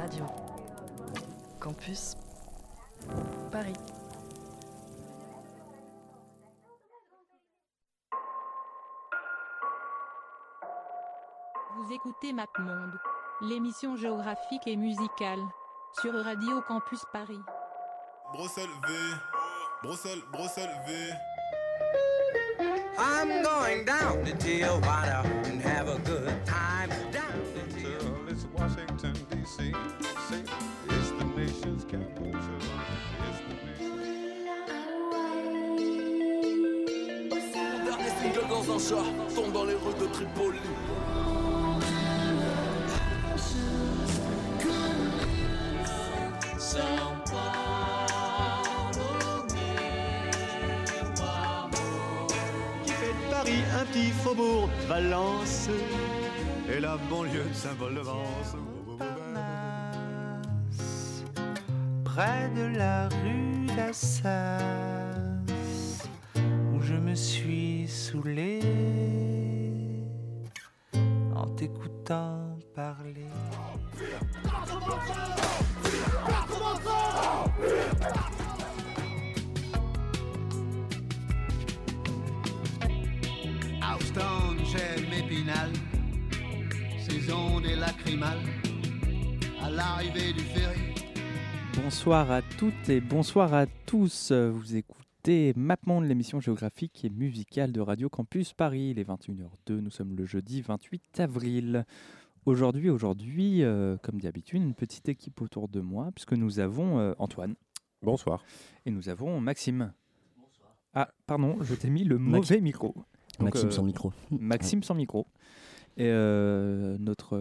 Radio Campus Paris. Vous écoutez MapMonde, l'émission géographique et musicale, sur Radio Campus Paris. Bruxelles V, Bruxelles V. I'm going down to Tijuana and have a good time. Down to Tijuana. It's Washington, D.C. It's the nation's capital. It's the Mon dernier single dans un char tombe dans les rues de Tripoli. Un petit faubourg de Valence et la banlieue de Saint-Paul-de-Vence. Près de la rue d'Assas, où je me suis saoulé en t'écoutant parler. Houston, j'aime Épinal, saison des lacrymales, à l'arrivée du ferry. Bonsoir à toutes et bonsoir à tous. Vous écoutez MapMonde, l'émission géographique et musicale de Radio Campus Paris. Il est 21h02, nous sommes le jeudi 28 avril. Aujourd'hui, comme d'habitude, une petite équipe autour de moi, puisque nous avons Antoine. Bonsoir. Et nous avons Maxime. Bonsoir. Ah, pardon, je t'ai mis le mauvais micro. Donc, Maxime sans micro. Maxime sans micro. Et le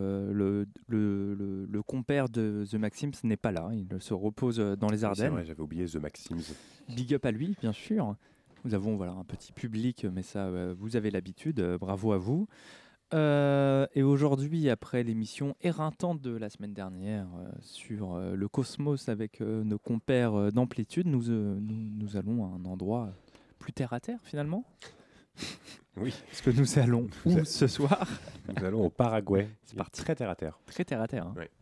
compère de The Maxims n'est pas là. Il se repose dans les Ardennes. C'est vrai, j'avais oublié The Maxims. Big up à lui, bien sûr. Nous avons un petit public, mais ça, vous avez l'habitude. Bravo à vous. Et aujourd'hui, après l'émission éreintante de la semaine dernière sur le cosmos avec nos compères d'Amplitude, nous allons à un endroit plus terre-à-terre, finalement. Oui. Parce que nous allons où ce soir ? Nous allons au Paraguay. C'est parti. Très terre à terre. Très terre à terre. Hein. Ouais.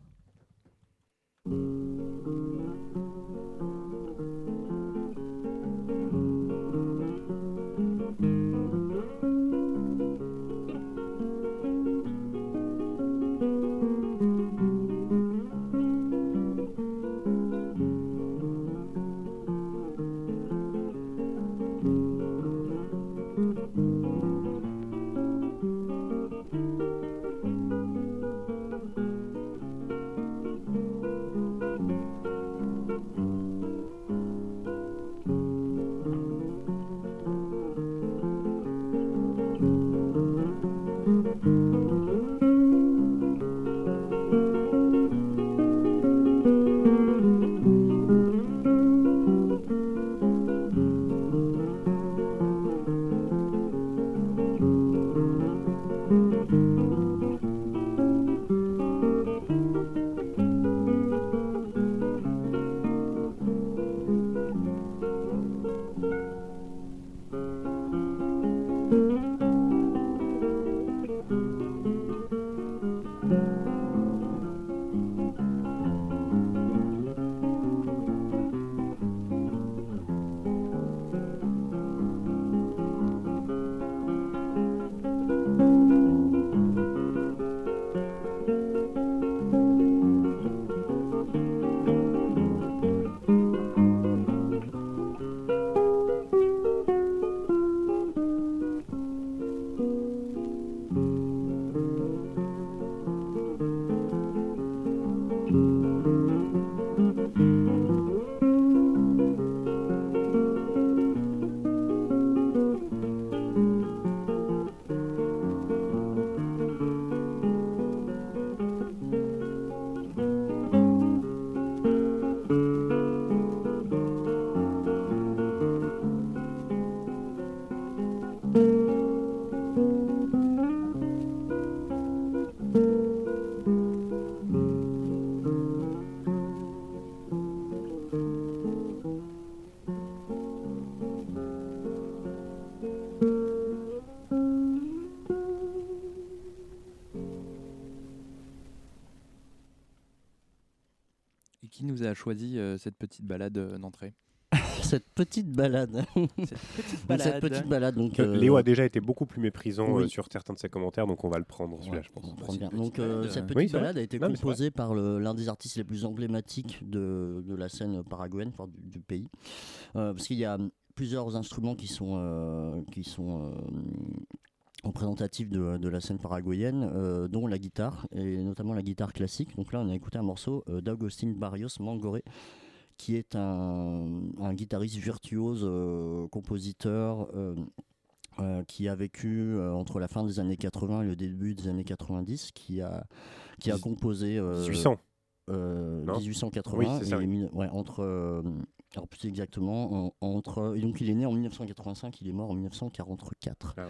Et qui nous a choisi cette petite balade d'entrée? Cette petite balade. Cette petite balade. Donc, Léo a déjà été beaucoup plus méprisant oui. sur certains de ses commentaires, donc on va le prendre celui-là, je pense. Bien. Donc cette petite Oui, c'est balade vrai. a été Non, mais c'est composée par l'un des artistes les plus emblématiques de la scène paraguayenne, enfin, du pays, parce qu'il y a plusieurs instruments qui sont représentatifs de la scène paraguayenne, dont la guitare, et notamment la guitare classique. Donc là, on a écouté un morceau d'Agustín Barrios Mangoré, qui est un guitariste virtuose, compositeur, qui a vécu entre la fin des années 80 et le début des années 90, qui a composé 1800. 1880 Oui, c'est ça, et oui. alors plus exactement et donc il est né en 1985, il est mort en 1944. Ah, okay.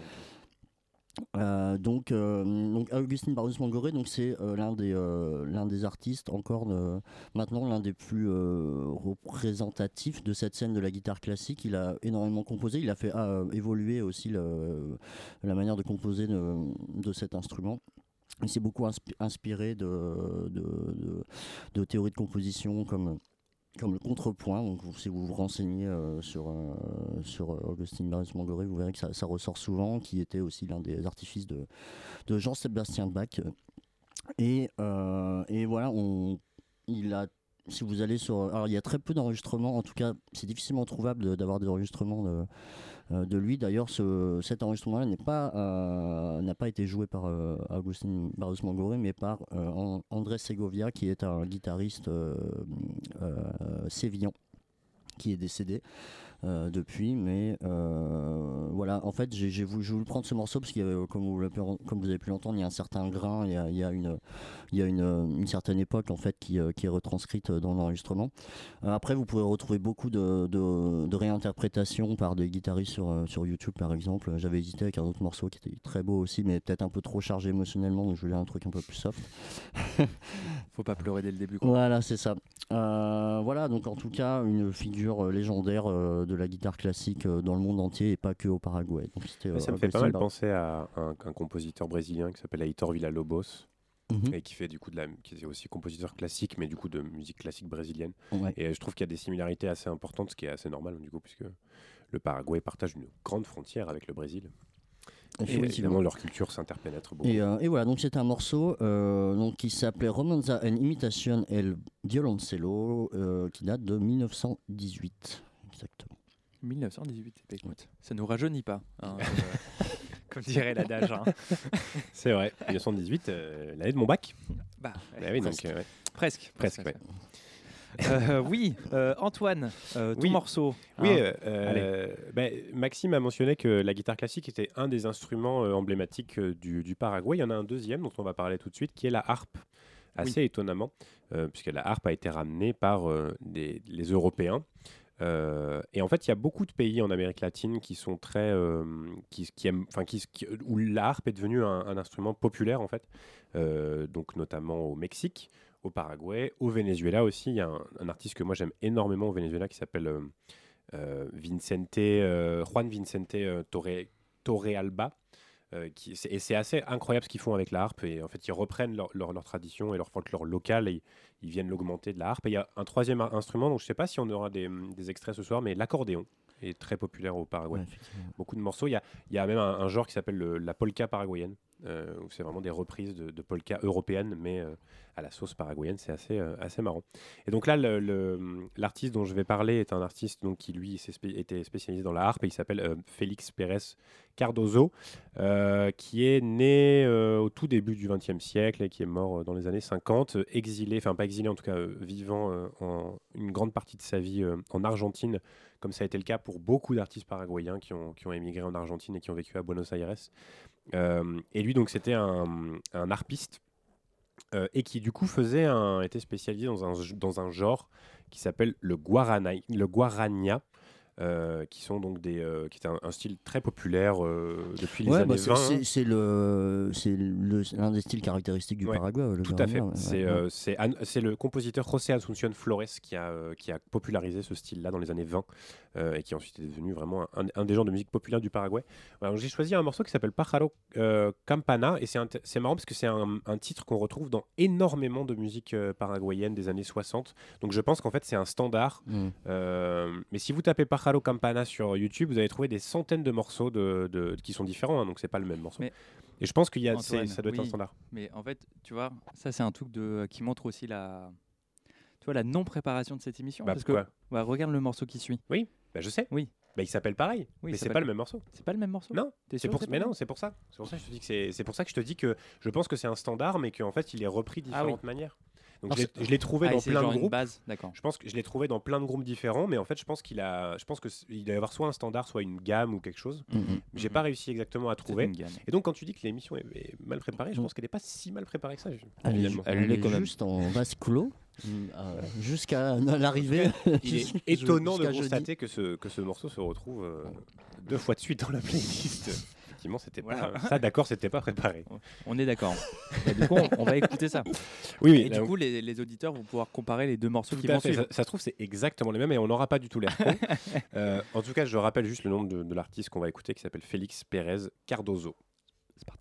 Donc Agustín Barrios Mangoré, donc c'est l'un des artistes encore maintenant l'un des plus représentatifs de cette scène de la guitare classique. Il a énormément composé, il a fait évoluer aussi la manière de composer de cet instrument. Il s'est beaucoup inspiré de théories de composition comme le contrepoint. Donc, si vous vous renseignez sur Agustín Barrios Mangoré, vous verrez que ça ressort souvent, qui était aussi l'un des artifices de Jean-Sébastien Bach. Et voilà, si vous allez alors il y a très peu d'enregistrements, en tout cas c'est difficilement trouvable d'avoir des enregistrements de lui. D'ailleurs, cet enregistrement-là n'a pas été joué par Agustín Barrios Mangoré, mais par Andrés Segovia, qui est un guitariste sévillan, qui est décédé depuis. Mais voilà, en fait, je voulais prendre ce morceau parce qu'il y avait, comme vous avez pu l'entendre, il y a un certain grain, il y a une certaine époque en fait qui est retranscrite dans l'enregistrement. Après, vous pouvez retrouver beaucoup de réinterprétations par des guitaristes sur YouTube, par exemple. J'avais hésité avec un autre morceau qui était très beau aussi, mais peut-être un peu trop chargé émotionnellement, donc je voulais un truc un peu plus soft. Faut pas pleurer dès le début, quoi. Voilà, c'est ça. Voilà, donc en tout cas, une figure légendaire de la guitare classique dans le monde entier et pas que au Paraguay. Donc, ça me fait pas mal penser à un compositeur brésilien qui s'appelle Heitor Villa-Lobos. Et qui fait du coup qui est aussi compositeur classique, mais du coup de musique classique brésilienne. Ouais. Et je trouve qu'il y a des similarités assez importantes, ce qui est assez normal du coup, puisque le Paraguay partage une grande frontière avec le Brésil. Et évidemment, leur culture s'interpénètre beaucoup. Et voilà, donc c'est un morceau qui s'appelait Romanza en Imitation el Violoncello, qui date de 1918, exactement. 1918, écoute, ça nous rajeunit pas, hein, comme dirait l'adage. Hein. C'est vrai, 1918, l'année de mon bac. Bah oui, presque. Donc, Presque. Ouais. Oui, Antoine, ton morceau. Oui, Maxime a mentionné que la guitare classique était un des instruments emblématiques du Paraguay. Il y en a un deuxième dont on va parler tout de suite, qui est la harpe, assez étonnamment, puisque la harpe a été ramenée par les Européens. Et en fait, il y a beaucoup de pays en Amérique latine qui sont très, qui aiment, où la harpe est devenue un instrument populaire en fait. Donc notamment au Mexique, au Paraguay, au Venezuela aussi. Il y a un artiste que moi j'aime énormément au Venezuela qui s'appelle Juan Vicente Torrealba. Et c'est assez incroyable ce qu'ils font avec la harpe. Et en fait, ils reprennent leur tradition et leur folklore local et ils viennent l'augmenter de la harpe. Et il y a un troisième instrument, donc je ne sais pas si on aura des extraits ce soir, mais l'accordéon est très populaire au Paraguay. Ouais, beaucoup de morceaux. Il y a même un genre qui s'appelle la polka paraguayenne, où c'est vraiment des reprises de polka européennes, mais à la sauce paraguayenne. C'est assez marrant. Et donc là, l'artiste dont je vais parler est un artiste donc, qui, lui, était spécialisé dans la harpe et il s'appelle Félix Pérez Cardozo, qui est né au tout début du XXe siècle et qui est mort dans les années 50, exilé, enfin pas exilé en tout cas, vivant une grande partie de sa vie en Argentine, comme ça a été le cas pour beaucoup d'artistes paraguayens qui ont émigré en Argentine et qui ont vécu à Buenos Aires. Et lui, donc, c'était un harpiste et qui, du coup, était spécialisé dans un genre qui s'appelle le guarania. qui sont donc qui est un style très populaire depuis les Ouais, années bah, 20. c'est l'un des styles caractéristiques du Ouais, Paraguay. Le tout à fait. guarania, C'est le compositeur José Asunción Flores qui a popularisé ce style-là dans les années 20 et qui ensuite est devenu vraiment un des genres de musique populaire du Paraguay. Voilà, donc j'ai choisi un morceau qui s'appelle Pájaro Campana et c'est marrant parce que c'est un titre qu'on retrouve dans énormément de musique paraguayenne des années 60. Donc je pense qu'en fait c'est un standard. Mais si vous tapez Pájaro Campana sur YouTube, vous allez trouver des centaines de morceaux qui sont différents, hein, donc c'est pas le même morceau. Et je pense ça doit être un standard. Mais en fait, tu vois, ça c'est un truc qui montre aussi la non-préparation de cette émission. Parce que regarde le morceau qui suit. Oui, je sais. Oui. Il s'appelle pareil, mais c'est pas le même morceau. C'est pas le même morceau. Non, c'est pour ça. C'est pour ça que je te dis que c'est pour ça que je te dis que je pense que c'est un standard, mais qu'en fait il est repris de différentes manières. Donc je l'ai trouvé dans plein de groupes. Je pense que je l'ai trouvé dans plein de groupes différents, mais en fait je pense qu'il doit y avoir soit un standard, soit une gamme ou quelque chose. Mais j'ai pas réussi exactement à trouver. Et donc quand tu dis que l'émission est mal préparée, je pense qu'elle est pas si mal préparée que ça. Elle est juste en vase clos. Jusqu'à l'arrivée. Il est étonnant de constater que ce morceau se retrouve 2 fois de suite dans la playlist. Effectivement, c'était pas ça. D'accord, c'était pas préparé. On est d'accord. Du coup, on va écouter ça. Oui. Et du coup, les auditeurs vont pouvoir comparer les deux morceaux qui vont suivre. Ça se trouve, c'est exactement les mêmes et on n'aura pas du tout l'air con. En tout cas, je rappelle juste le nom de l'artiste qu'on va écouter qui s'appelle Félix Pérez Cardozo. C'est parti.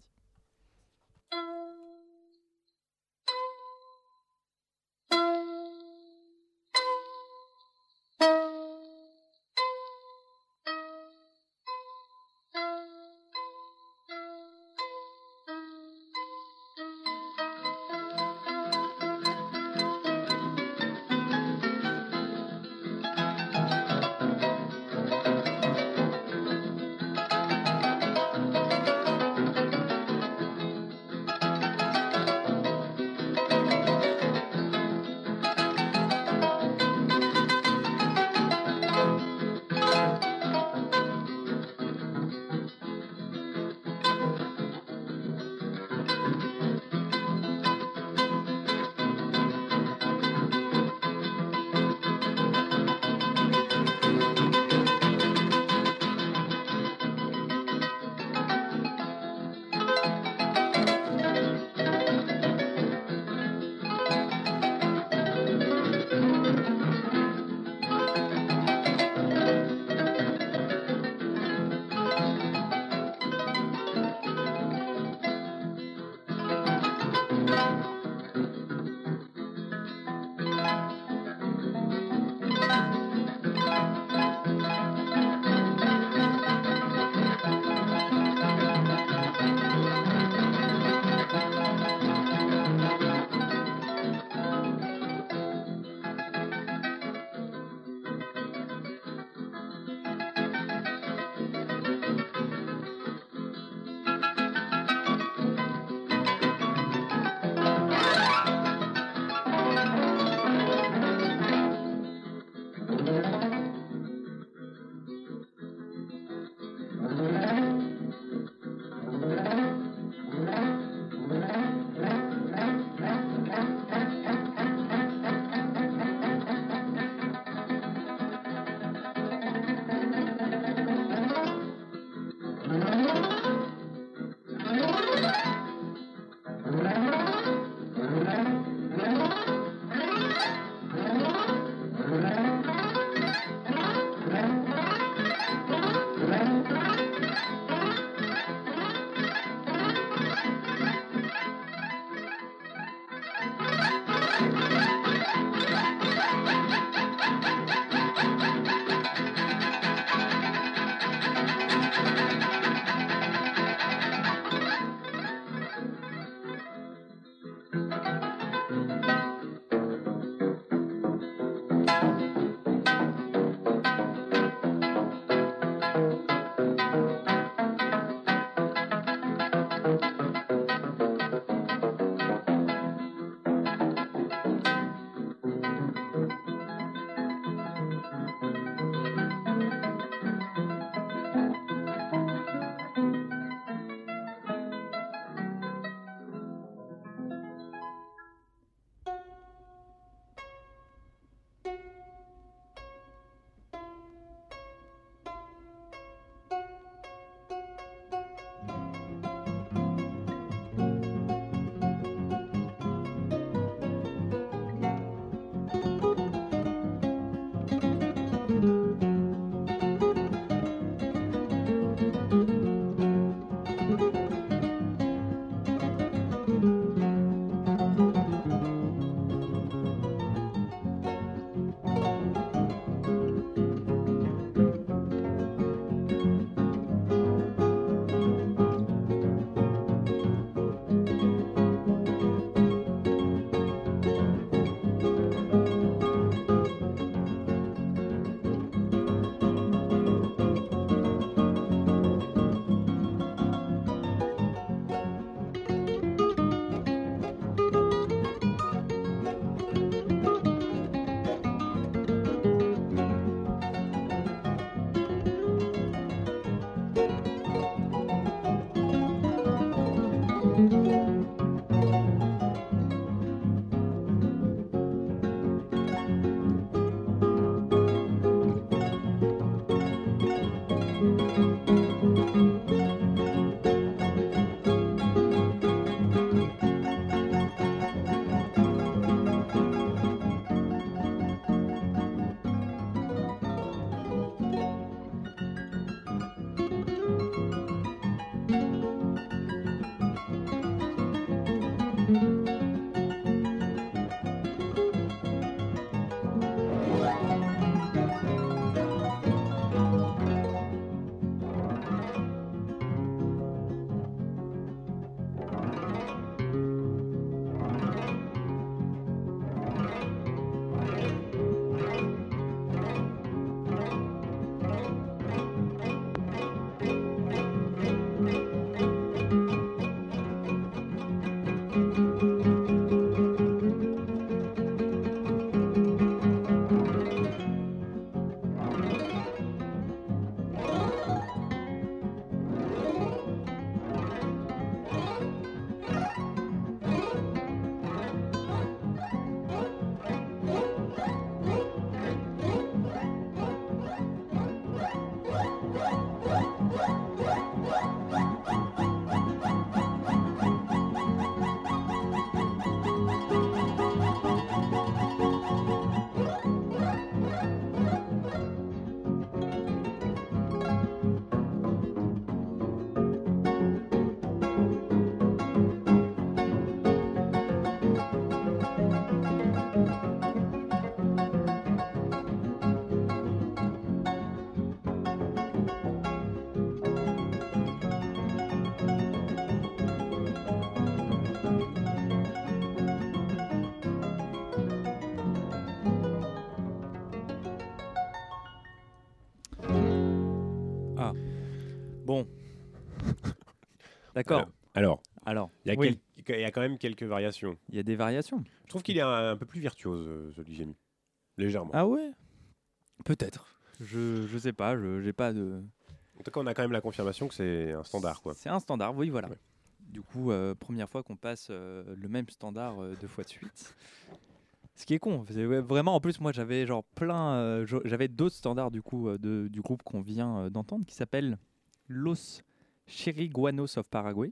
Bon. D'accord. Alors, Alors, il y a oui, il y a quand même quelques variations. il y a des variations. Je trouve qu'il est un peu plus virtuose, celui que j'ai mis. Légèrement. Ah ouais. Peut-être. Je sais pas. J'ai pas de. En tout cas, on a quand même la confirmation que c'est un standard, quoi. C'est un standard. Oui, voilà. Ouais. Du coup, première fois qu'on passe le même standard 2 fois de suite. Ce qui est con, vraiment. En plus, moi, j'avais genre j'avais d'autres standards du coup du groupe qu'on vient d'entendre, qui s'appelle Los Chiriguanos of Paraguay.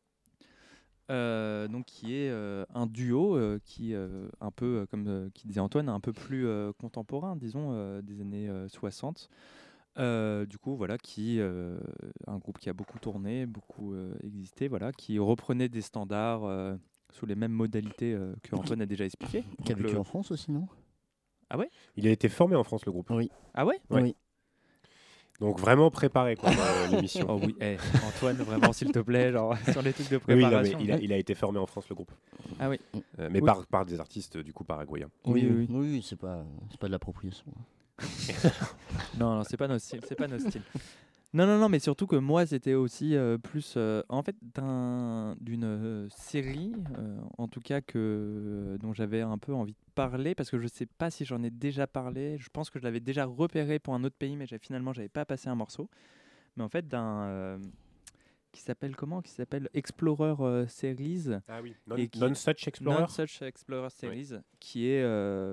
Donc qui est un duo qui un peu comme qui disait Antoine, un peu plus contemporain, disons des années 60. Du coup, voilà, un groupe qui a beaucoup tourné, beaucoup existé, voilà, qui reprenait des standards sous les mêmes modalités que Antoine a déjà expliqué. Qui a vécu en France aussi, non? Ah ouais? Il a été formé en France, le groupe. Oui. Ah ouais? Ouais. Oui. Donc vraiment préparé, quoi, l'émission. Oh oui, Antoine, vraiment, s'il te plaît, genre sur les trucs de Oui, non, mais préparation. il a été formé en France, le groupe. Ah oui. Mais Oui. par des artistes, du coup, paraguayens. Oui, c'est pas de l'appropriation. Non, c'est pas notre style, c'est pas notre style. Non, mais surtout que moi, c'était aussi plus, en fait, d'une série, en tout cas dont j'avais un peu envie de parler, parce que je sais pas si j'en ai déjà parlé. Je pense que je l'avais déjà repéré pour un autre pays, mais j'avais pas passé un morceau. Mais en fait, qui s'appelle comment? Qui s'appelle Explorer Series. Ah oui, Non-Such Explorer Series, qui est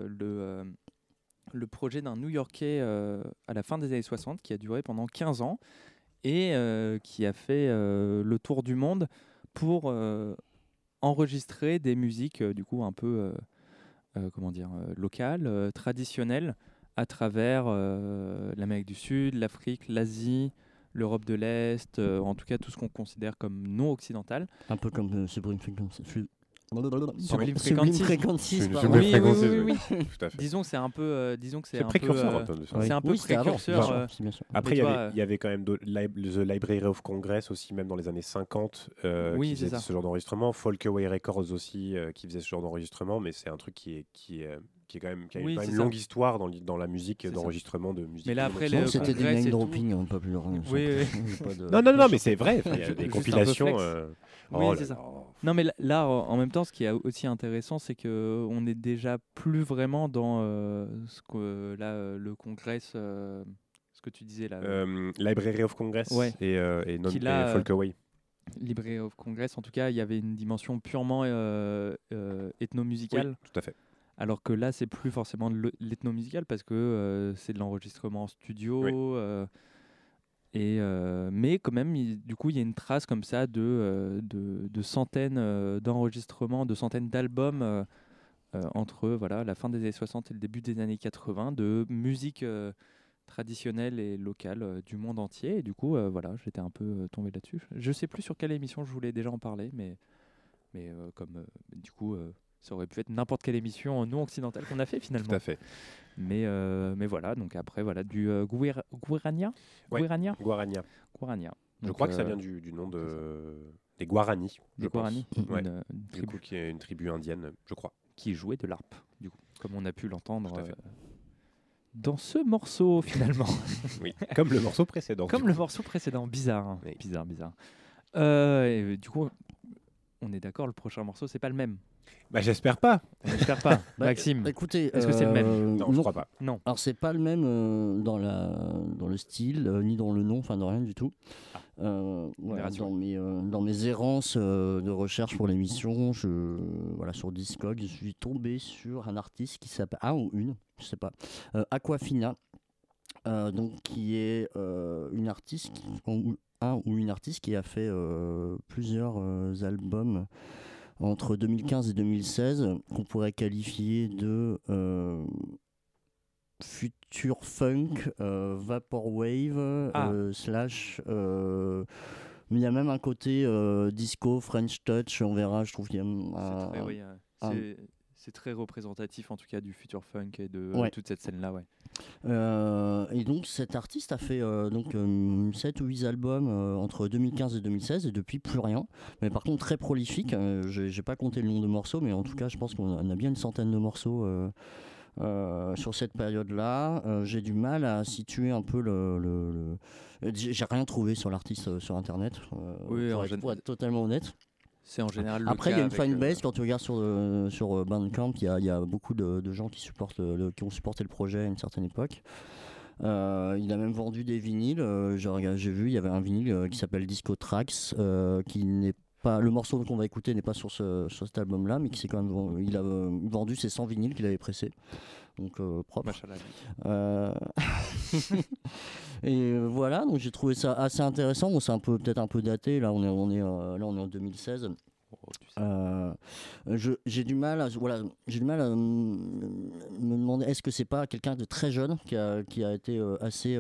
le projet d'un New-Yorkais à la fin des années 60 qui a duré pendant 15 ans et qui a fait le tour du monde pour enregistrer des musiques du coup un peu locales, traditionnelles à travers l'Amérique du Sud, l'Afrique, l'Asie, l'Europe de l'Est, en tout cas tout ce qu'on considère comme non occidental. Un peu comme Sublime Frequencies. Sublime Frequencies. Oui. Tout à fait. Disons que c'est un peu, c'est précurseur un peu de ça. C'est un peu précurseur. Après, il y avait quand même The Library of Congress aussi, même dans les années 50, qui faisait ce genre d'enregistrement. Folkaway Records aussi, qui faisait ce genre d'enregistrement, mais c'est un truc qui a quand même une longue histoire dans la musique d'enregistrement de musique. Mais là, après, c'était des name dropping, pas plus loin. Oui. Non, mais c'est vrai. Il y a des compilations. Oui, c'est ça. Non, mais là, en même temps, ce qui est aussi intéressant, c'est qu'on n'est déjà plus vraiment dans le congrès, ce que tu disais là. Library of Congress et Folkaway. Library of Congress, en tout cas, il y avait une dimension purement ethnomusicale. Oui, tout à fait. Alors que là, c'est plus forcément de l'ethnomusical parce que c'est de l'enregistrement en studio. Oui. Mais quand même, du coup, il y a une trace comme ça de centaines d'enregistrements, de centaines d'albums entre la fin des années 60 et le début des années 80 de musique traditionnelle et locale du monde entier. Et du coup, j'étais un peu tombé là-dessus. Je sais plus sur quelle émission je voulais déjà en parler, mais du coup, ça aurait pu être n'importe quelle émission non occidentale qu'on a fait finalement. Tout à fait. Mais voilà, donc après, du Guarania. Guarania. Je crois que ça vient du nom des Guarani. Des Guarani, du coup, qui est une tribu indienne, je crois. Qui jouait de l'harpe, du coup, comme on a pu l'entendre dans ce morceau finalement. Oui, comme le morceau précédent. Bizarre. Hein. Oui. Bizarre. Et du coup, on est d'accord, le prochain morceau, c'est pas le même. Bah, j'espère pas. Maxime, écoutez, est-ce que c'est le même? Non, je crois pas. Non. Alors c'est pas le même dans le style, ni dans le nom, enfin dans rien du tout. Dans mes errances de recherche pour l'émission, sur Discog, je suis tombé sur un artiste qui s'appelle je sais pas, Aquafina, donc qui est une artiste qui a fait plusieurs albums entre 2015 et 2016, qu'on pourrait qualifier de future funk, vaporwave, mais il y a même un côté disco, French touch, on verra, je trouve qu'il y a c'est très représentatif en tout cas du future funk et de toute cette scène-là. Et donc cet artiste a fait 7 ou 8 albums entre 2015 et 2016 et depuis plus rien. Mais par contre très prolifique, j'ai pas compté le nombre de morceaux, mais en tout cas je pense qu'on a bien une centaine de morceaux sur cette période-là. J'ai du mal à situer un peu j'ai rien trouvé sur l'artiste sur internet, pour être totalement honnête. C'est en général le Après, cas il y a une avec, fanbase. Quand tu regardes sur Bandcamp, il y a beaucoup de gens qui ont supporté le projet à une certaine époque. Il a même vendu des vinyles. J'ai vu, il y avait un vinyle qui s'appelle Disco Tracks, qui n'est pas le morceau qu'on va écouter n'est pas sur cet album-là, mais qui s'est quand même il a vendu ses 100 vinyles qu'il avait pressés. Donc propre. Et voilà, donc j'ai trouvé ça assez intéressant. Bon, c'est peut-être un peu daté. Là, on est en 2016. J'ai du mal à me demander est-ce que c'est pas quelqu'un de très jeune qui a été assez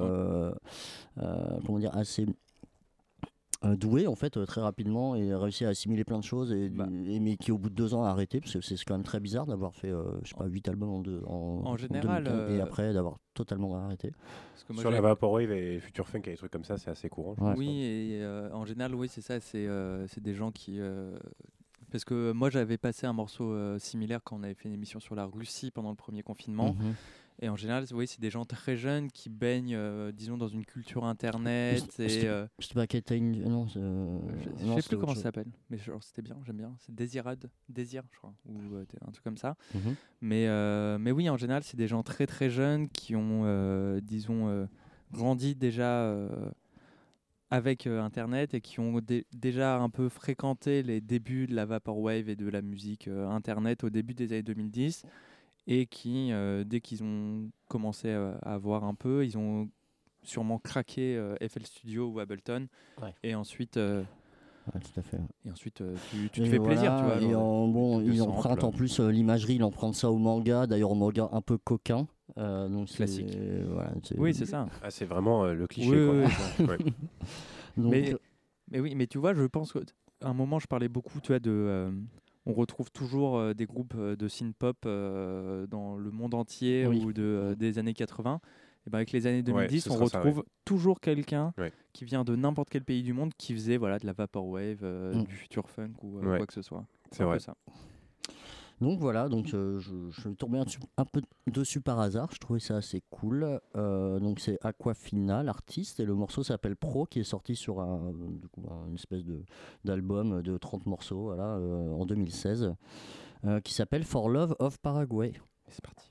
assez doué en fait très rapidement et a réussi à assimiler plein de choses mais qui au bout de 2 ans a arrêté, parce que c'est quand même très bizarre d'avoir fait 8 albums en général 2015, et après d'avoir totalement arrêté. Sur la Vaporwave et Future Funk et des trucs comme ça, c'est assez courant. Oui, et en général oui c'est ça, c'est des gens qui parce que moi j'avais passé un morceau similaire quand on avait fait une émission sur la Russie pendant le premier confinement. Et en général, oui, c'est des gens très jeunes qui baignent, disons, dans une culture internet. C'était pas Ketaïn, non. Je sais plus comment ça s'appelle, mais c'était bien, j'aime bien. C'est Désir, je crois, ou un truc comme ça. Mais oui, en général, c'est des gens très très jeunes qui ont, disons, grandi déjà avec Internet et qui ont déjà un peu fréquenté les débuts de la Vaporwave et de la musique Internet au début des années 2010. Et qui, dès qu'ils ont commencé à voir un peu, ils ont sûrement craqué FL Studio ou Ableton. Et ensuite, tout à fait. Et ensuite tu te fais plaisir. Tu vois, et il emprunte en plus l'imagerie, il emprunte ça au manga, d'ailleurs au manga un peu coquin. Donc classique. Oui, c'est ça. Ah, c'est vraiment le cliché. Quoi. Donc, mais oui, mais tu vois, je pense qu'à un moment, je parlais beaucoup, tu vois, on retrouve toujours des groupes de synth-pop dans le monde entier ou des années 80. Et ben avec les années 2010, on retrouve toujours quelqu'un qui vient de n'importe quel pays du monde qui faisait de la Vaporwave, du Future Funk ou quoi que ce soit. C'est vrai. Ça. Donc voilà, je suis tombé un peu dessus par hasard, je trouvais ça assez cool. Donc c'est Aquafina, l'artiste, et le morceau s'appelle Pro, qui est sorti sur une espèce d'album de 30 morceaux en 2016, qui s'appelle For Love of Paraguay. C'est parti.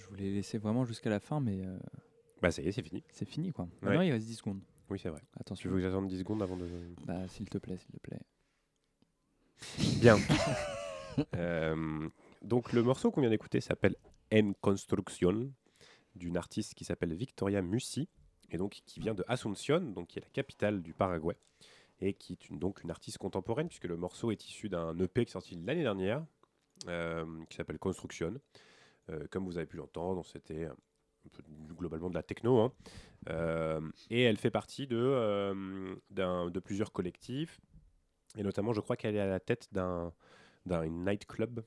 je voulais laisser vraiment jusqu'à la fin, mais Bah ça y est, c'est fini. c'est fini quoi. Ouais. Maintenant, il reste 10 secondes. Oui, c'est vrai. Tu Attention. veux que j'attende 10 secondes avant de... Bah, s'il te plaît, s'il te plaît. Bien. Donc le morceau qu'on vient d'écouter s'appelle En Construction, d'une artiste qui s'appelle Victoria Mussi, et donc qui vient de Asunción, donc qui est la capitale du Paraguay, et qui est donc une artiste contemporaine, puisque le morceau est issu d'un EP qui est sorti l'année dernière, qui s'appelle Construction. Comme vous avez pu l'entendre, c'était un peu globalement de la techno, hein. Et elle fait partie de plusieurs collectifs, et notamment je crois qu'elle est à la tête d'un nightclub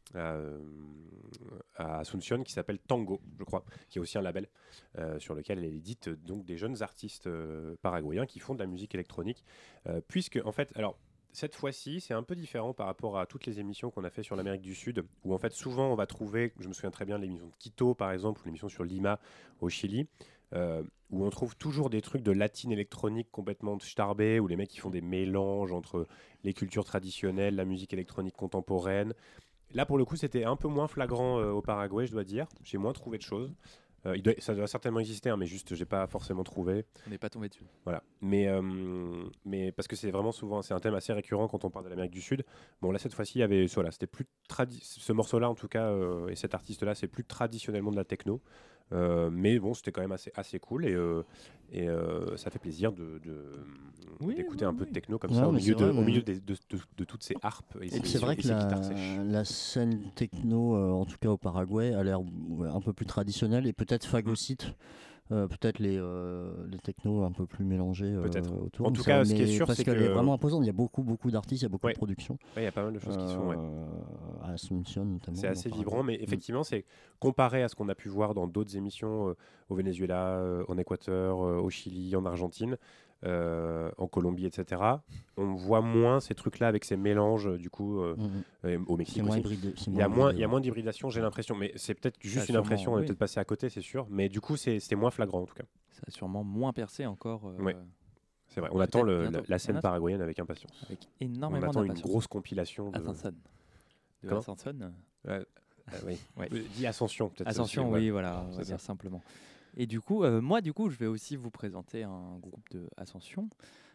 à Asunción qui s'appelle Tango, je crois, qui est aussi un label sur lequel elle édite donc des jeunes artistes paraguayens qui font de la musique électronique, puisque en fait, alors cette fois-ci c'est un peu différent par rapport à toutes les émissions qu'on a fait sur l'Amérique du Sud, où en fait souvent on va trouver, je me souviens très bien de l'émission de Quito par exemple, ou l'émission sur Lima au Chili, où on trouve toujours des trucs de latine électronique complètement starbés, où les mecs qui font des mélanges entre les cultures traditionnelles, la musique électronique contemporaine. Là, pour le coup, c'était un peu moins flagrant au Paraguay, je dois dire. J'ai moins trouvé de choses. Ça doit certainement exister, hein, mais juste, j'ai pas forcément trouvé. On n'est pas tombé dessus. Voilà. Mais parce que c'est vraiment souvent, c'est un thème assez récurrent quand on parle de l'Amérique du Sud. Bon, là, cette fois-ci, il y avait, voilà, c'était plus ce morceau-là, en tout cas, et cet artiste-là, c'est plus traditionnellement de la techno. Mais bon, c'était quand même assez cool, et ça fait plaisir d'écouter un peu de techno comme ça au milieu de toutes ces harpes et ces c'est vrai que guitares sèches. la scène techno, en tout cas au Paraguay, a l'air un peu plus traditionnelle et peut-être phagocyte. Peut-être les technos un peu plus mélangés autour. En tout cas, ce qui est sûr, parce c'est qu'elle que... est vraiment imposante. Il y a beaucoup d'artistes, il y a beaucoup de productions. Il y a pas mal de choses qui se font. À Asunción notamment. C'est assez vibrant, mais effectivement, c'est comparé à ce qu'on a pu voir dans d'autres émissions au Venezuela, en Équateur, au Chili, en Argentine, en Colombie, etc. On voit moins ces trucs-là avec ces mélanges, du coup, au Mexique aussi. Il y a moins d'hybridation, j'ai l'impression, mais c'est peut-être juste une impression, on est peut-être passé à côté, c'est sûr, mais du coup, c'était moins flagrant en tout cas. Ça a sûrement moins percé encore. Oui, c'est vrai. On attend la scène paraguayenne avec impatience. Avec énormément d'impatience. On attend une grosse compilation de Asunción. Oui. Dis Ascension peut-être. Ascension, oui, voilà, on va dire simplement. Et du coup, moi, je vais aussi vous présenter un groupe de Ascension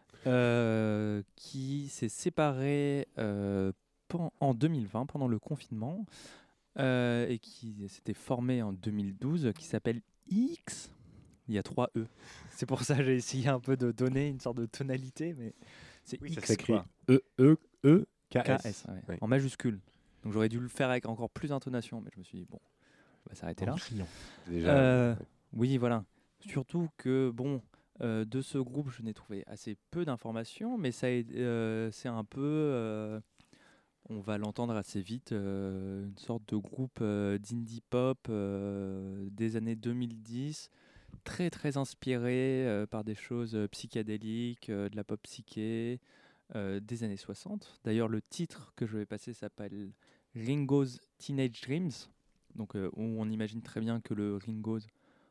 qui s'est séparé en 2020 pendant le confinement et qui s'était formé en 2012, qui s'appelle X. Il y a 3 E. C'est pour ça que j'ai essayé un peu de donner une sorte de tonalité, mais c'est X. Ça s'écrit E-E-E-K-S. Ouais. En majuscule. Donc j'aurais dû le faire avec encore plus d'intonation, mais je me suis dit, bon, on va s'arrêter là. Déjà, oui, voilà. Surtout que, bon, de ce groupe, je n'ai trouvé assez peu d'informations, mais c'est un peu, on va l'entendre assez vite, une sorte de groupe d'indie pop des années 2010, très très inspiré par des choses psychédéliques, de la pop psyché des années 60. D'ailleurs, le titre que je vais passer s'appelle Ringo's Teenage Dreams, donc où on imagine très bien que le Ringo's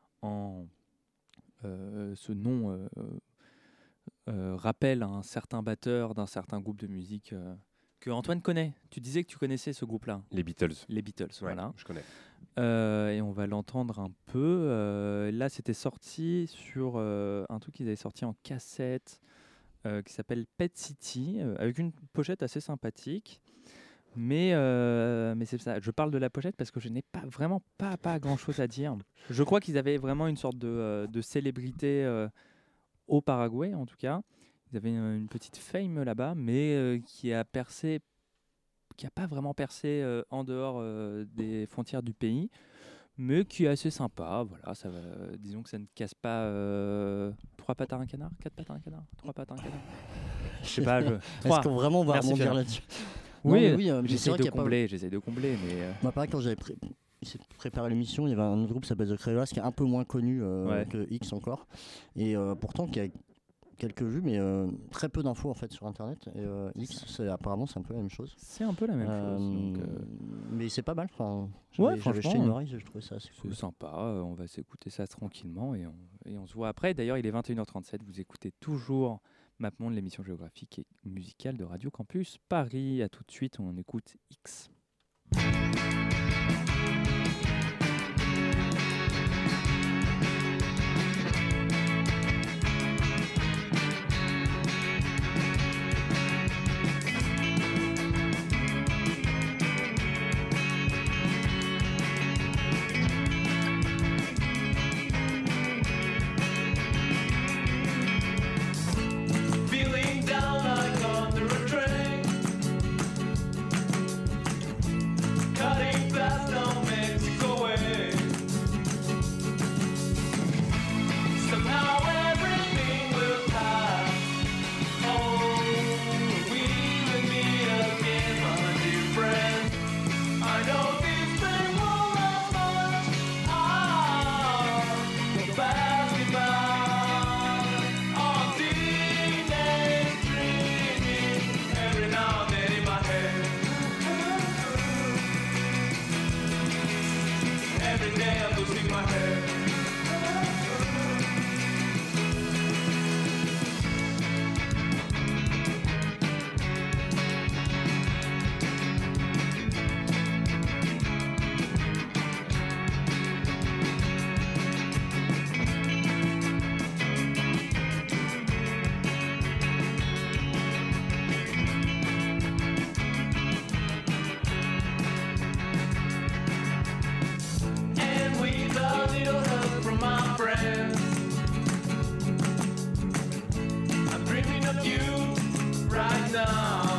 ce nom rappelle un certain batteur d'un certain groupe de musique que Antoine connaît. Tu disais que tu connaissais ce groupe-là. Les Beatles. Les Beatles, voilà. Je connais. Et on va l'entendre un peu. Là, c'était sorti sur un truc qu'ils avaient sorti en cassette qui s'appelle Pet City, avec une pochette assez sympathique. Mais c'est ça. Je parle de la pochette parce que je n'ai pas grand-chose à dire. Je crois qu'ils avaient vraiment une sorte de célébrité au Paraguay, en tout cas. Ils avaient une petite fame là-bas, mais qui a pas vraiment percé en dehors des frontières du pays, mais qui est assez sympa. Voilà, disons que ça ne casse pas 3 pattes à un canard, 4 pattes à un canard, 3 pattes à un canard. Je sais pas. Est-ce qu'on vraiment va rebondir là-dessus? Oui, j'essaie de combler. Mais moi, pareil, quand j'avais préparé l'émission, il y avait un autre groupe qui s'appelle The Creolas, qui est un peu moins connu que X encore, et pourtant qui a quelques vues, mais très peu d'infos en fait sur Internet. Et X, apparemment, c'est un peu la même chose. C'est un peu la même chose. Mais c'est pas mal. J'avais jeté une oreille, je trouvais ça assez cool. C'est sympa. On va s'écouter ça tranquillement et on se voit après. D'ailleurs, il est 21h37. Vous écoutez toujours MapMonde, l'émission géographique et musicale de Radio Campus Paris. À tout de suite, on écoute X. my head. And without little help from my friends, I'm dreaming of you right now.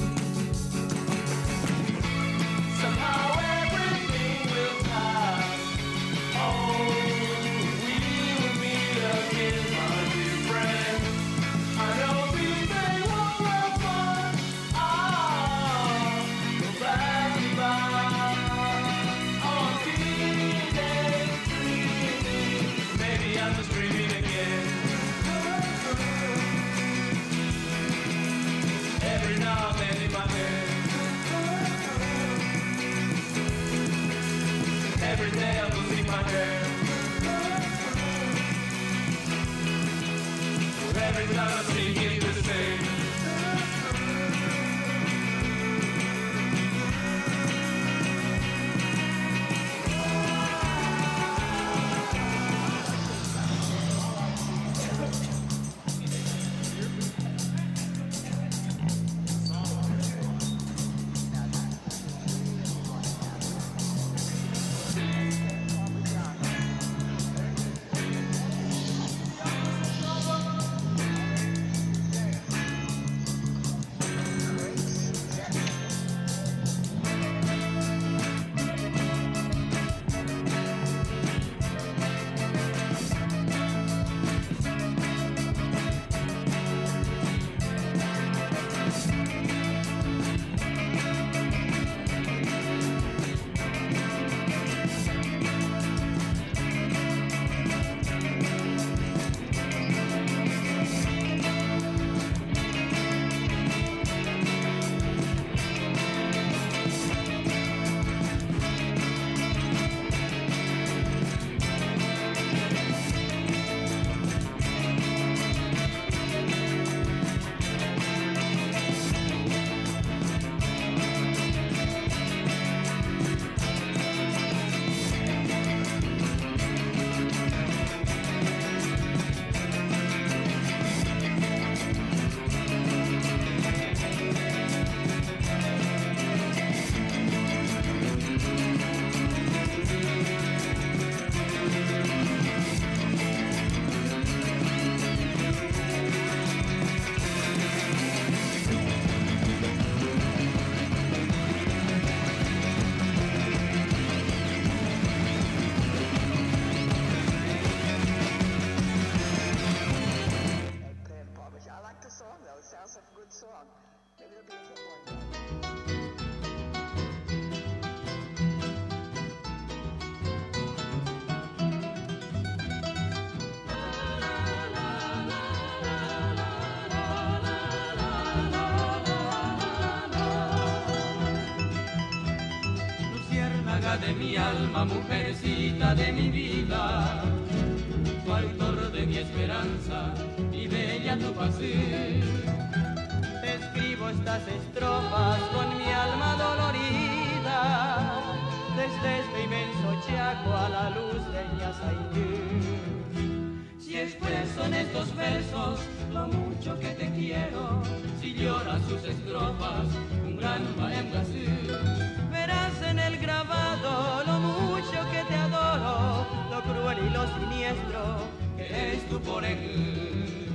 Somehow everything will pass. Oh, we will meet again, my dear friend. I know we may walk well far. Ah, go back and by. On teenage dreaming, maybe I'm just dreaming again. Every now and then in my head. Every day I'm losing my hair. Every time I'm thinking the same. De mi alma, mujercita de mi vida, factor de mi esperanza y bella tu pasión. Te escribo estas estrofas con mi alma dolorida, desde este inmenso Chaco a la luz de Ñazaitú. Si expreso en estos versos lo mucho que te quiero, si lloras sus estrofas, un gran va en Brasil. Verás en el grabado lo mucho que te adoro, lo cruel y lo siniestro que es tu porén.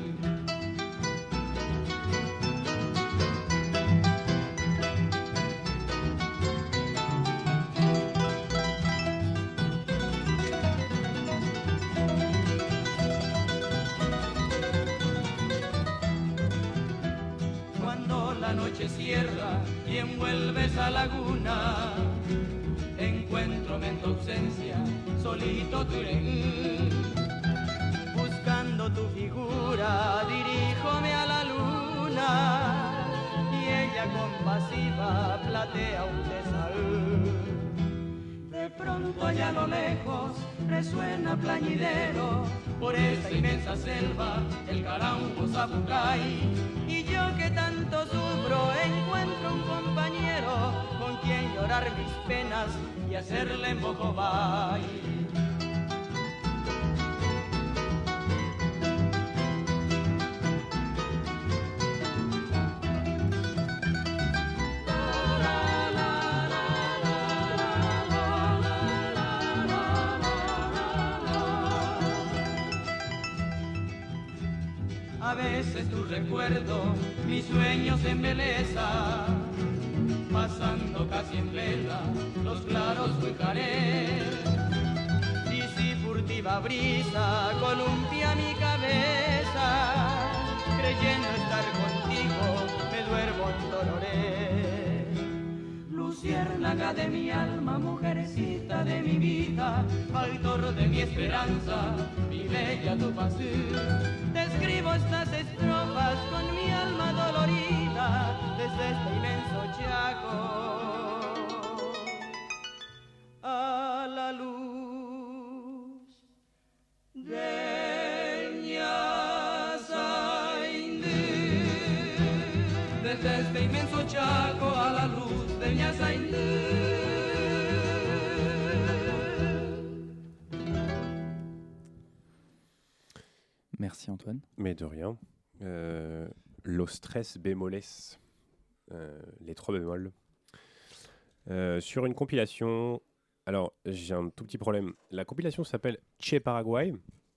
Cuando la noche cierra y envuelve esa laguna, encuéntrome en tu ausencia, solito Turén. Buscando tu figura, diríjome a la luna, y ella compasiva platea un desahogo. De pronto allá a lo lejos resuena plañidero por esa inmensa selva, el Calambo Zapucay. Y yo que tanto sufro encuentro un compañero con quien llorar mis penas y hacerle en Bocobay. A veces tu recuerdo, mis sueños en embeleza, pasando casi en vela los claros Huicaré. Y si furtiva brisa columpia mi cabeza, creyendo estar contigo, me duermo en Doloré. Luciérnaga de mi alma, mujercita de mi vida, factor de mi esperanza, mi bella Tupacú. Te escribo estas estrofas con mi alma dolorida desde este inmenso Chaco a la luz de Ñazaindú. Desde este inmenso Chaco a la luz de Ñazaindú. Merci Antoine. Mais de rien. Los tres bemoles, les trois bémols. Sur une compilation. Alors, j'ai un tout petit problème. La compilation s'appelle Che Paraguay.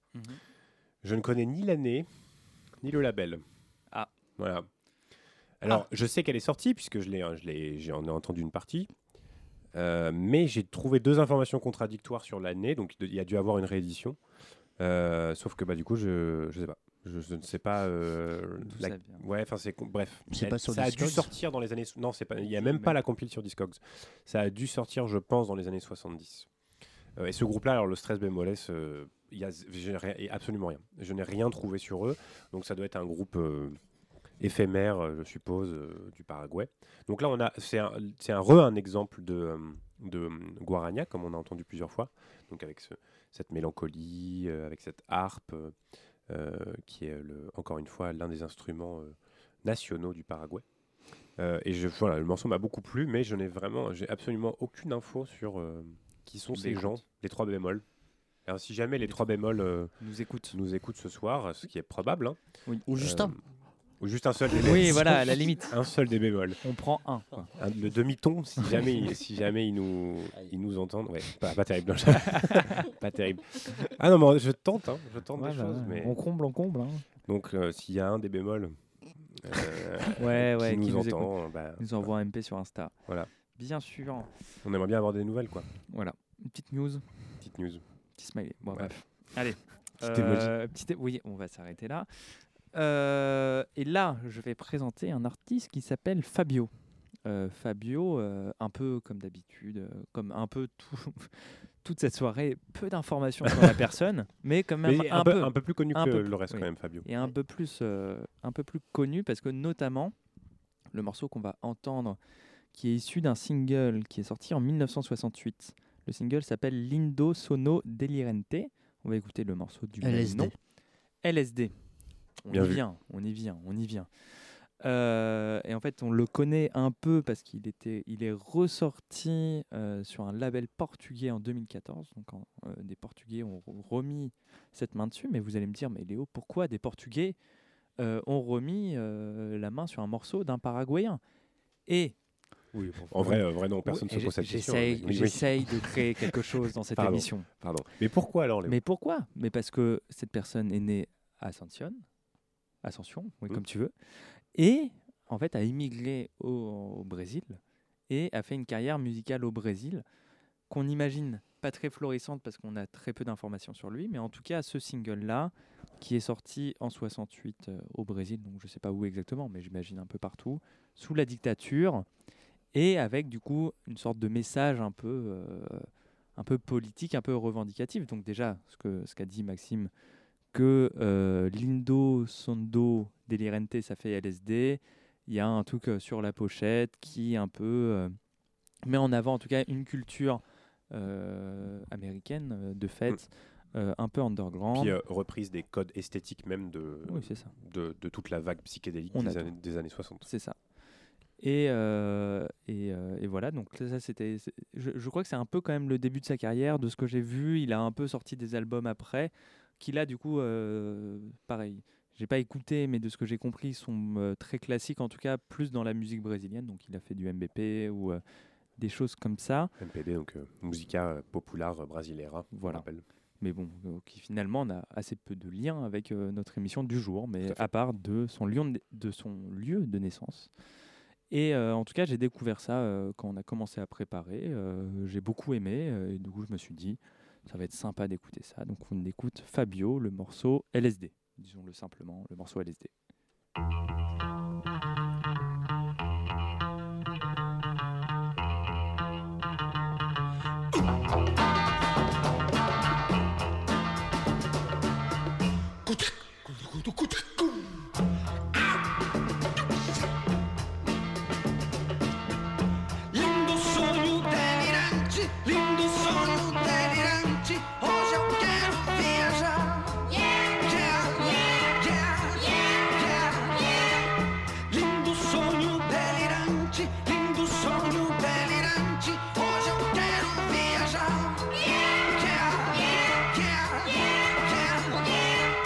Je ne connais ni l'année, ni le label. Ah. Voilà. Alors, je sais qu'elle est sortie, puisque j'en ai entendu une partie. Mais j'ai trouvé 2 informations contradictoires sur l'année. Donc, il y a dû avoir une réédition. Sauf que du coup je sais pas, je ne sais pas. Ouais, enfin bref. Ça a dû sortir dans les années. Non, c'est pas. Il y a même pas la compile sur Discogs. Ça a dû sortir, je pense, dans les années 70. Et ce groupe-là, alors le Stress Bemoles, absolument rien. Je n'ai rien trouvé sur eux. Donc ça doit être un groupe éphémère, je suppose, du Paraguay. Donc là, c'est un exemple de Guarania, comme on a entendu plusieurs fois. Donc avec cette mélancolie, avec cette harpe, qui est encore une fois l'un des instruments nationaux du Paraguay. Et le morceau m'a beaucoup plu, mais j'ai absolument aucune info sur qui sont ces gens, les 3 bémols. Alors si jamais les 3 bémols nous écoutent ce soir, ce qui est probable, hein, oui. Ou juste un. Ou juste un seul des bémols. Oui, voilà, à la limite. Un seul des bémols. On prend un. Le demi-ton, si jamais ils nous entendent. Ouais, pas terrible. Pas terrible. Ah non, mais je tente des choses. Mais... On comble. Hein. Donc, s'il y a un des bémols qui nous entend, nous envoie un MP sur Insta. Voilà. Bien sûr. On aimerait bien avoir des nouvelles, quoi. Voilà. Une petite news. Petit smiley. Bon, bref. Allez. Oui, on va s'arrêter là. Et là, je vais présenter un artiste qui s'appelle Fabio. Fabio, un peu comme d'habitude, comme un peu toute cette soirée, peu d'informations sur la personne, mais quand même un peu plus connu que le reste, quand même, Fabio. Et un peu plus connu parce que notamment le morceau qu'on va entendre, qui est issu d'un single qui est sorti en 1968. Le single s'appelle Lindo Sono Delirente. On va écouter le morceau du même nom. LSD. On y vient. Et en fait, on le connaît un peu parce qu'il est ressorti sur un label portugais en 2014. Donc, des Portugais ont remis cette main dessus. Mais vous allez me dire, mais Léo, pourquoi des Portugais ont remis la main sur un morceau d'un Paraguayen ? Et oui, en vrai, non, personne ne se pose cette question. J'essaye de créer quelque chose dans cette émission. Pardon. Mais pourquoi alors, Léo ? Mais pourquoi ? Mais parce que cette personne est née à Ascension, comme tu veux, et en fait a immigré au Brésil et a fait une carrière musicale au Brésil qu'on imagine pas très florissante parce qu'on a très peu d'informations sur lui, mais en tout cas ce single-là qui est sorti en 68 au Brésil, donc je sais pas où exactement, mais j'imagine un peu partout, sous la dictature, et avec du coup une sorte de message un peu politique, un peu revendicatif. Donc déjà, ce qu'a dit Maxime, que Lindo Sono Delirente, ça fait LSD. Il y a un truc sur la pochette qui un peu met en avant en tout cas une culture américaine de fête, un peu underground. Puis reprise des codes esthétiques même Oui, c'est ça. de toute la vague psychédélique des années 60. C'est ça. Et voilà, donc ça c'était. Je crois que c'est un peu quand même le début de sa carrière, de ce que j'ai vu. Il a un peu sorti des albums après, qui là du coup, pareil. J'ai pas écouté, mais de ce que j'ai compris, sont très classiques, en tout cas plus dans la musique brésilienne. Donc il a fait du MPB ou des choses comme ça. MPB, donc Música Popular Brasileira, voilà. On appelle. Mais bon, qui finalement n'a assez peu de lien avec notre émission du jour, mais à part de son lieu de naissance. Et en tout cas, j'ai découvert ça quand on a commencé à préparer. J'ai beaucoup aimé, et du coup, je me suis dit, ça va être sympa d'écouter ça. Donc, on écoute Fabio, le morceau LSD. Disons-le simplement, le morceau LSD. Lindo sonho delirante, lindo sonho delirante. Hoje eu quero viajar. Yeah, yeah, yeah, yeah, yeah, yeah. Lindo sonho delirante, lindo sonho delirante. Hoje eu quero viajar. Yeah, yeah, yeah, yeah, yeah,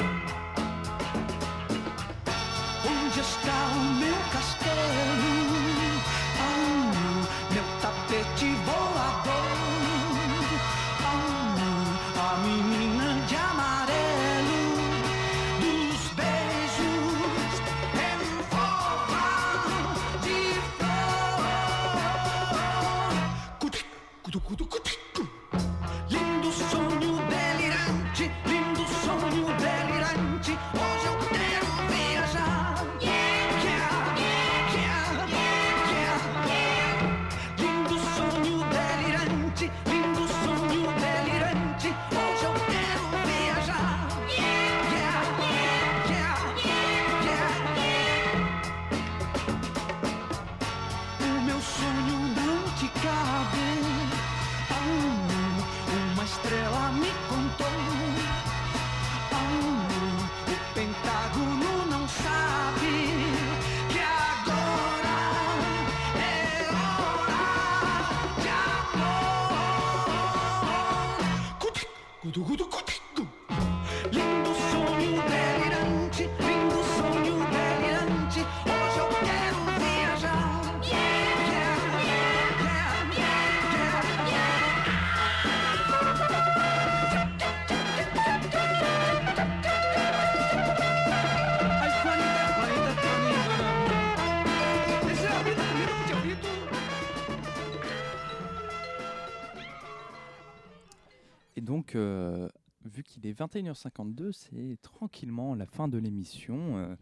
yeah. Onde está o meu castelo? Meu tapete voador, a menina de amarelo, dos beijos em forma de flor. Lindo sonho delirante, lindo sonho delirante. Hoje eu quero viajar. Yeah, yeah, yeah, yeah, yeah. Lindo sonho delirante, lindo sonho delirante. Hoje eu quero viajar. Yeah, yeah, yeah, yeah, yeah. O meu sonho não te cabe. Uma estrela me contou. O Pentágono não sabe que agora é hora de amor. Lindo sonho delirante, lindo sonho delirante. Hoje eu quero viajar. Yeah, yeah, yeah, yeah, yeah. Et donc, vu qu'il est 21h52, c'est tranquillement la fin de l'émission.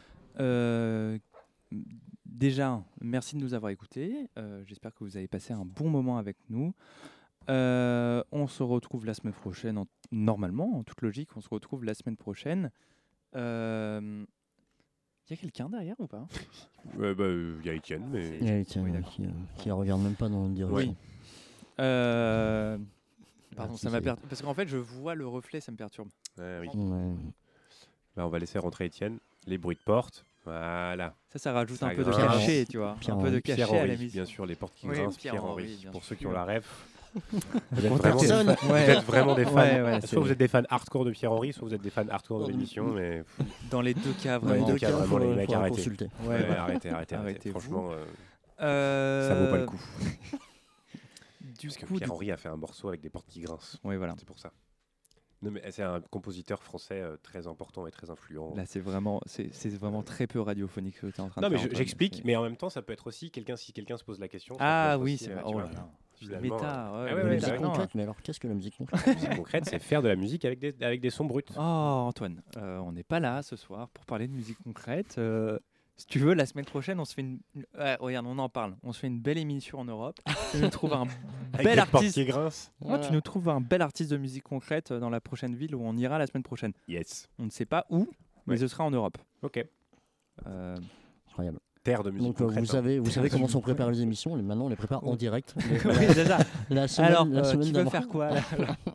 Déjà, merci de nous avoir écoutés. J'espère que vous avez passé un bon moment avec nous. On se retrouve la semaine prochaine, normalement, en toute logique, on se retrouve la semaine prochaine. Il y a quelqu'un derrière ou pas? Il y a Étienne, mais... Il y a Étienne qui ne regarde même pas dans notre direction. Oui. Pardon, ça m'a perturbé. Parce qu'en fait, je vois le reflet, ça me perturbe. Oui. Bah, on va laisser rentrer Étienne. Les bruits de porte. Voilà. Ça rajoute un peu de cachet, tu vois. Un peu de cachet à la musique. Bien sûr, les portes qui grincent, Pierre-Henri. Pour ceux qui ont la ref. Vous êtes vraiment des fans. Soit vous êtes des fans hardcore de Pierre-Henri, soit vous êtes des fans hardcore de l'émission. Mais... Dans les deux cas, vraiment. Les mecs, arrêtez. Arrêtez. Franchement, ça vaut pas le coup. Parce que Pierre-Henri a fait un morceau avec des portes qui grincent. Oui, voilà. C'est pour ça. Non, mais c'est un compositeur français très important et très influent. Là, c'est vraiment très peu radiophonique ce que tu es en train de faire. Non, mais j'explique, mais en même temps, ça peut être aussi si quelqu'un se pose la question. Ah oui, c'est vrai. Oh là là. Méta, musique concrète, mais alors qu'est-ce que la musique concrète? La musique concrète, c'est faire de la musique avec des sons bruts. Oh, Antoine, on n'est pas là ce soir pour parler de musique concrète. Si tu veux, la semaine prochaine, on se fait regarde, on en parle. On se fait une belle émission en Europe. Tu nous trouves un bel artiste. Qui grince. Tu nous trouves un bel artiste de musique concrète dans la prochaine ville où on ira la semaine prochaine. Yes. On ne sait pas où, mais ce sera en Europe. Ok. Incroyable. terre de musique Donc concrète. vous savez comment sont préparées les émissions. Maintenant, on les prépare en direct. Oui, déjà. La semaine, Alors, la semaine qui veut d'avant. faire quoi là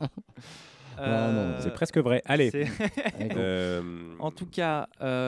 Non, C'est presque vrai. Allez. En tout cas,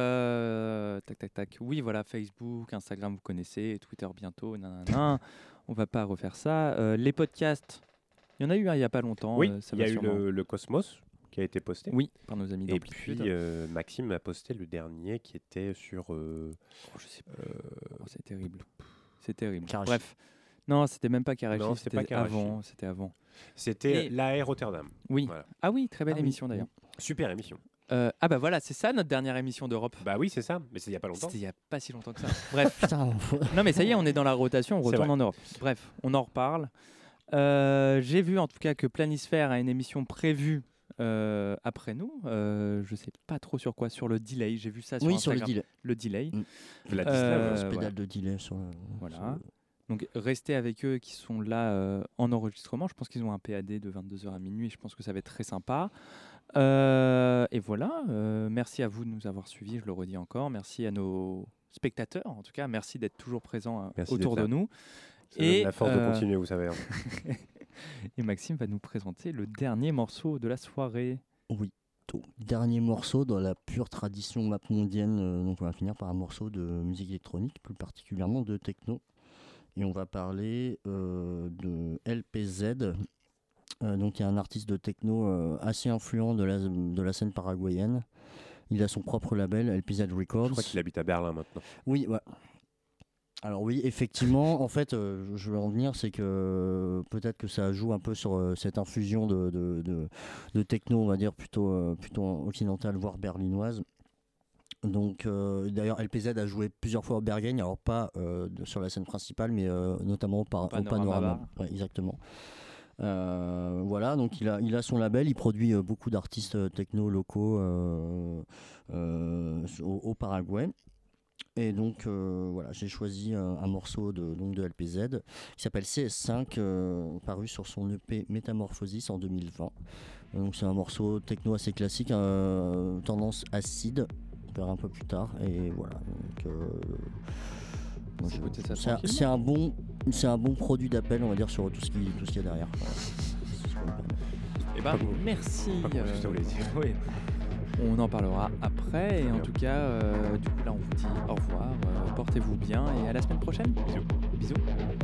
tac. Oui, voilà, Facebook, Instagram, vous connaissez, Twitter bientôt, nanana. On va pas refaire ça. Les podcasts, il y en a eu un il y a pas longtemps. Oui, ça il y a va eu sûrement. le Cosmos qui a été posté. Oui, par nos amis Et puis d'Amplitude. Maxime a posté le dernier qui était sur. Je sais pas. C'est terrible. C'est terrible. Karachi. Bref. Non, c'était même pas Karachi, Non, c'était pas Karachi. C'était avant. C'était Et- l'AR Rotterdam. Oui. Voilà. Ah oui, très belle Ah oui. émission d'ailleurs. Super émission. Ah bah voilà, c'est ça notre dernière émission d'Europe. Bah oui, c'est ça. Mais c'est il y a pas longtemps. C'était il y a pas si longtemps que ça. Bref. Putain, Non mais ça y est, on est dans la rotation, on C'est retourne vrai. en Europe. Bref, on en reparle. J'ai vu en tout cas que Planisphère a une émission prévue après nous. Je sais pas trop sur quoi, sur le delay. J'ai vu ça sur oui, sur Instagram. le delay. Le delay. Vladislav. Pédale voilà. de delay sur. Voilà. Donc restez avec eux qui sont là en enregistrement. Je pense qu'ils ont un PAD de 22h à minuit. Je pense que ça va être très sympa. Et voilà. Merci à vous de nous avoir suivis. Je le redis encore. Merci à nos spectateurs. En tout cas, merci d'être toujours présents Merci autour d'être de là. nous. Ça donne la force de continuer, vous savez. Et Maxime va nous présenter le dernier morceau de la soirée. Oui. Dernier morceau dans la pure tradition mapmondienne. Donc on va finir par un morceau de musique électronique, plus particulièrement de techno. Et on va parler de LPZ. Donc il y a un artiste de techno assez influent de la scène paraguayenne. Il a son propre label, LPZ Records. Je crois qu'il habite à Berlin maintenant. Oui, ouais. Alors oui, effectivement, en fait, je veux en venir, c'est que peut-être que ça joue un peu sur cette infusion de techno, on va dire, plutôt occidentale, voire berlinoise. Donc, d'ailleurs, LPZ a joué plusieurs fois au Berghain, alors pas sur la scène principale, mais notamment au Panorama. Ouais, exactement. Voilà, donc il a son label, il produit beaucoup d'artistes techno locaux au Paraguay. Et donc voilà, j'ai choisi un morceau de LPZ qui s'appelle CS5, paru sur son EP Métamorphosis en 2020. Donc c'est un morceau techno assez classique, tendance acide, on verra un peu plus tard. Et voilà. Donc, c'est un bon produit d'appel, on va dire, sur tout ce qu'il y a derrière. Voilà. Et ben, merci. Oui. On en parlera après. Et en tout cas, du coup, là, on vous dit au revoir. Portez-vous bien et à la semaine prochaine. Bisous. Bisous.